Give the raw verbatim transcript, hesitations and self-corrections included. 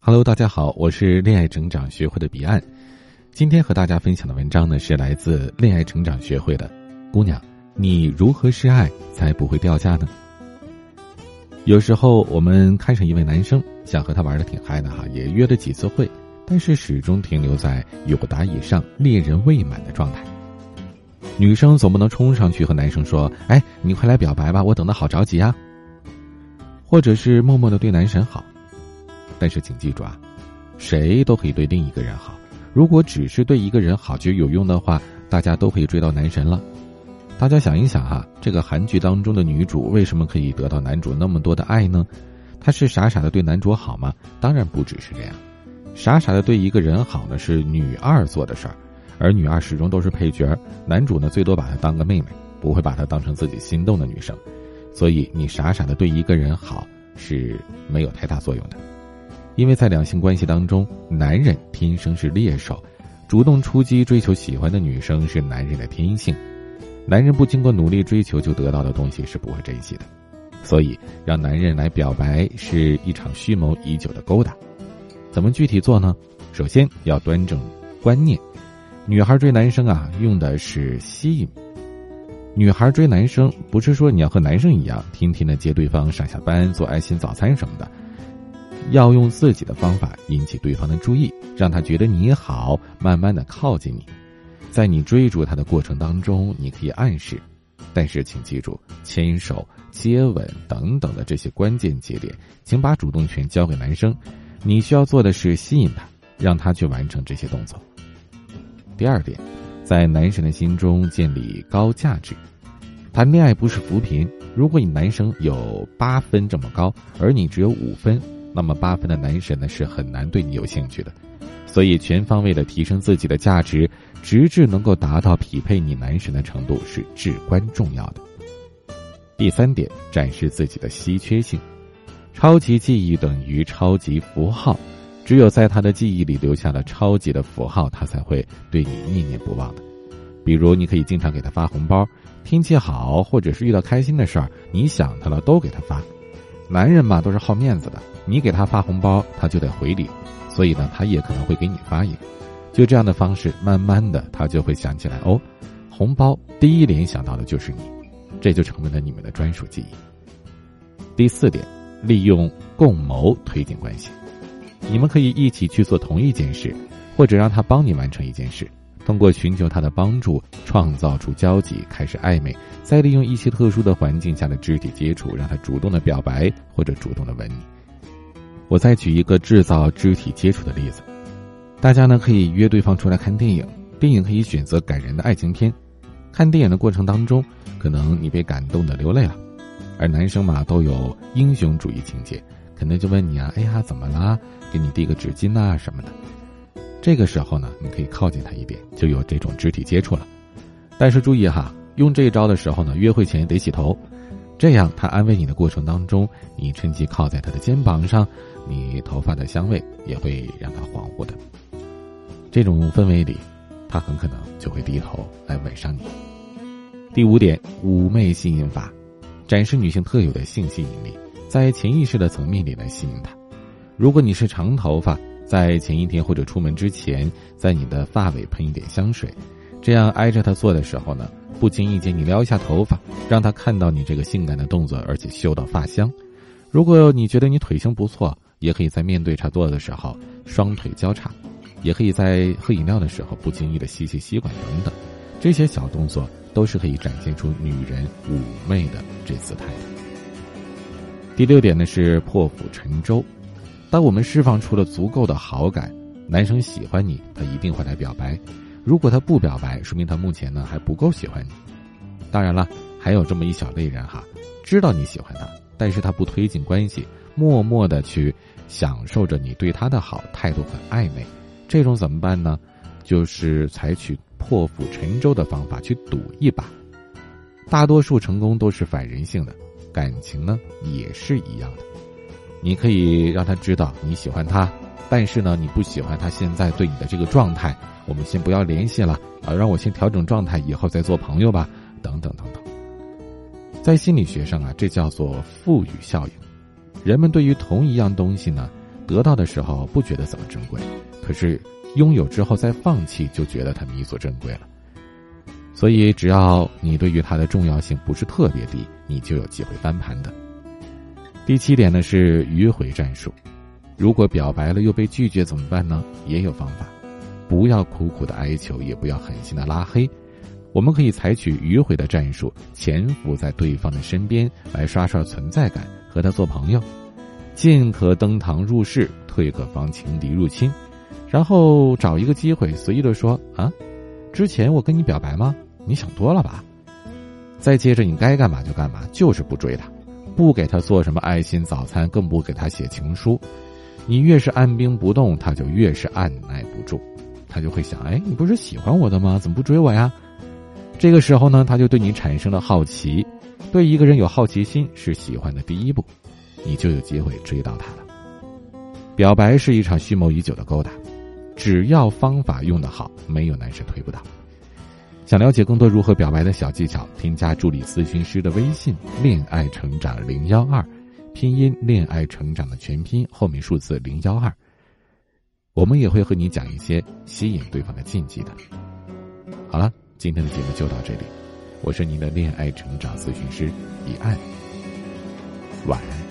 Hello， 大家好，我是恋爱成长学会的彼岸。今天和大家分享的文章呢，是来自恋爱成长学会的。姑娘，你如何示爱才不会掉价呢？有时候我们看上一位男生，想和他玩得挺嗨的哈，也约了几次会，但是始终停留在有达以上恋人未满的状态。女生总不能冲上去和男生说，哎，你快来表白吧，我等得好着急啊。或者是默默地对男神好。但是请记住啊，谁都可以对另一个人好，如果只是对一个人好就有用的话，大家都可以追到男神了。大家想一想哈，这个韩剧当中的女主为什么可以得到男主那么多的爱呢？她是傻傻的对男主好吗？当然不只是这样，傻傻的对一个人好呢是女二做的事儿，而女二始终都是配角，男主呢最多把她当个妹妹，不会把她当成自己心动的女生，所以你傻傻的对一个人好是没有太大作用的。因为在两性关系当中，男人天生是猎手，主动出击追求喜欢的女生是男人的天性，男人不经过努力追求就得到的东西是不会珍惜的，所以让男人来表白是一场蓄谋已久的勾搭。怎么具体做呢？首先要端正观念，女孩追男生啊，用的是吸引。女孩追男生不是说你要和男生一样天天的接对方上下班做爱心早餐什么的，要用自己的方法引起对方的注意，让他觉得你好，慢慢的靠近你。在你追逐他的过程当中，你可以暗示，但是请记住，牵手、接吻等等的这些关键节点，请把主动权交给男生，你需要做的是吸引他，让他去完成这些动作。第二点，在男神的心中建立高价值。谈恋爱不是扶贫，如果你男生有八分这么高，而你只有五分，那么八分的男神呢是很难对你有兴趣的，所以全方位的提升自己的价值，直至能够达到匹配你男神的程度是至关重要的。第三点，展示自己的稀缺性。超级记忆等于超级符号，只有在他的记忆里留下了超级的符号，他才会对你念念不忘的。比如你可以经常给他发红包，天气好或者是遇到开心的事儿，你想他了都给他发。男人嘛都是好面子的，你给他发红包他就得回礼，所以呢他也可能会给你发一个。就这样的方式，慢慢的他就会想起来，哦，红包第一联想到的就是你，这就成为了你们的专属记忆。第四点，利用共谋推进关系。你们可以一起去做同一件事，或者让他帮你完成一件事，通过寻求他的帮助，创造出交集，开始暧昧，再利用一些特殊的环境下的肢体接触，让他主动的表白或者主动的吻你。我再举一个制造肢体接触的例子，大家呢可以约对方出来看电影，电影可以选择感人的爱情片，看电影的过程当中，可能你被感动的流泪了，而男生嘛都有英雄主义情节，可能就问你啊，哎呀怎么啦，给你递个纸巾啊什么的。这个时候呢，你可以靠近他一点，就有这种肢体接触了。但是注意哈，用这一招的时候呢，约会前得洗头，这样他安慰你的过程当中，你趁机靠在他的肩膀上，你头发的香味也会让他恍惚的。这种氛围里，他很可能就会低头来吻上你。第五点，妩媚吸引法，展示女性特有的性吸引力，在潜意识的层面里来吸引她。如果你是长头发，在前一天或者出门之前，在你的发尾喷一点香水，这样挨着他做的时候呢，不经意间你撩一下头发，让他看到你这个性感的动作，而且嗅到发香。如果你觉得你腿型不错，也可以在面对他做的时候双腿交叉，也可以在喝饮料的时候不经意的吸吸吸管等等，这些小动作都是可以展现出女人妩媚的这姿态的。第六点呢是破釜沉舟。当我们释放出了足够的好感，男生喜欢你，他一定会来表白。如果他不表白，说明他目前呢还不够喜欢你。当然了，还有这么一小类人哈，知道你喜欢他，但是他不推进关系，默默的去享受着你对他的好，态度很暧昧。这种怎么办呢？就是采取破釜沉舟的方法去赌一把。大多数成功都是反人性的，感情呢也是一样的。你可以让他知道你喜欢他，但是呢你不喜欢他现在对你的这个状态，我们先不要联系了啊，让我先调整状态，以后再做朋友吧，等等等等。在心理学上啊，这叫做赋予效应。人们对于同一样东西呢， 得到的时候不觉得怎么珍贵，可是拥有之后再放弃就觉得它弥足珍贵了。所以只要你对于它的重要性不是特别低，你就有机会翻盘的。第七点呢是迂回战术。如果表白了又被拒绝怎么办呢？也有方法。不要苦苦的哀求，也不要狠心的拉黑，我们可以采取迂回的战术，潜伏在对方的身边来刷刷存在感，和他做朋友。进可登堂入室，退可防情敌入侵。然后找一个机会随意的说啊，之前我跟你表白吗？你想多了吧。再接着你该干嘛就干嘛，就是不追他，不给他做什么爱心早餐，更不给他写情书。你越是按兵不动，他就越是按耐不住，他就会想，哎，你不是喜欢我的吗？怎么不追我呀？这个时候呢，他就对你产生了好奇。对一个人有好奇心是喜欢的第一步，你就有机会追到他了。表白是一场蓄谋已久的勾搭，只要方法用得好，没有男生推不倒。想了解更多如何表白的小技巧，添加助理咨询师的微信恋爱成长零一二，拼音恋爱成长的全拼后面数字零一二。我们也会和你讲一些吸引对方的禁忌的。好了，今天的节目就到这里，我是您的恋爱成长咨询师彼岸，晚安。